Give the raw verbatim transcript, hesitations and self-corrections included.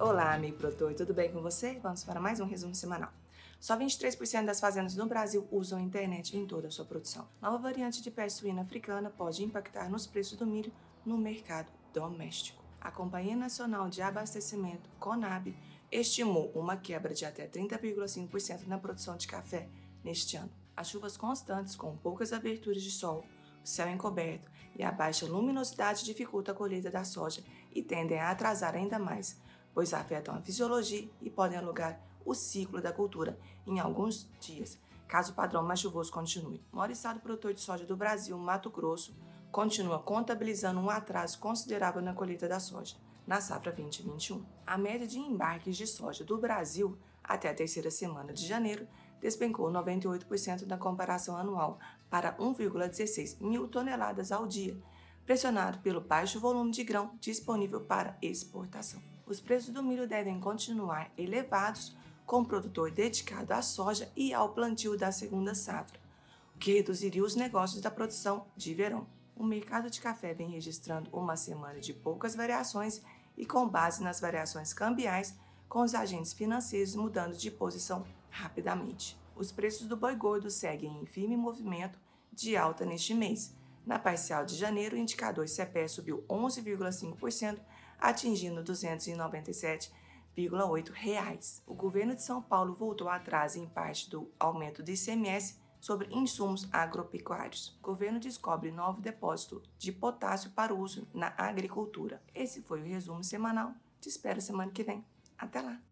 Olá, amigo produtor, tudo bem com você? Vamos para mais um resumo semanal. Só vinte e três por cento das fazendas no Brasil usam a internet em toda a sua produção. Nova variante de peste suína africana pode impactar nos preços do milho no mercado doméstico. A Companhia Nacional de Abastecimento, Conab, estimou uma quebra de até trinta vírgula cinco por cento na produção de café neste ano. As chuvas constantes, com poucas aberturas de sol, o céu encoberto e a baixa luminosidade dificultam a colheita da soja e tendem a atrasar ainda mais, pois afetam a fisiologia e podem alugar o ciclo da cultura em alguns dias, caso o padrão mais chuvoso continue. O maior estado produtor de soja do Brasil, Mato Grosso, continua contabilizando um atraso considerável na colheita da soja, na safra vinte e vinte e um. A média de embarques de soja do Brasil até a terceira semana de janeiro despencou noventa e oito por cento na comparação anual para um vírgula dezesseis mil toneladas ao dia, pressionado pelo baixo volume de grão disponível para exportação. Os preços do milho devem continuar elevados, com o produtor dedicado à soja e ao plantio da segunda safra, o que reduziria os negócios da produção de verão. O mercado de café vem registrando uma semana de poucas variações e com base nas variações cambiais, com os agentes financeiros mudando de posição rapidamente. Os preços do boi gordo seguem em firme movimento de alta neste mês. Na parcial de janeiro, o indicador C P E subiu onze vírgula cinco por cento, atingindo duzentos e noventa e sete vírgula oito reais. O governo de São Paulo voltou atrás em parte do aumento do I C M S sobre insumos agropecuários. O governo descobre novo depósito de potássio para uso na agricultura. Esse foi o resumo semanal. Te espero semana que vem. Até lá!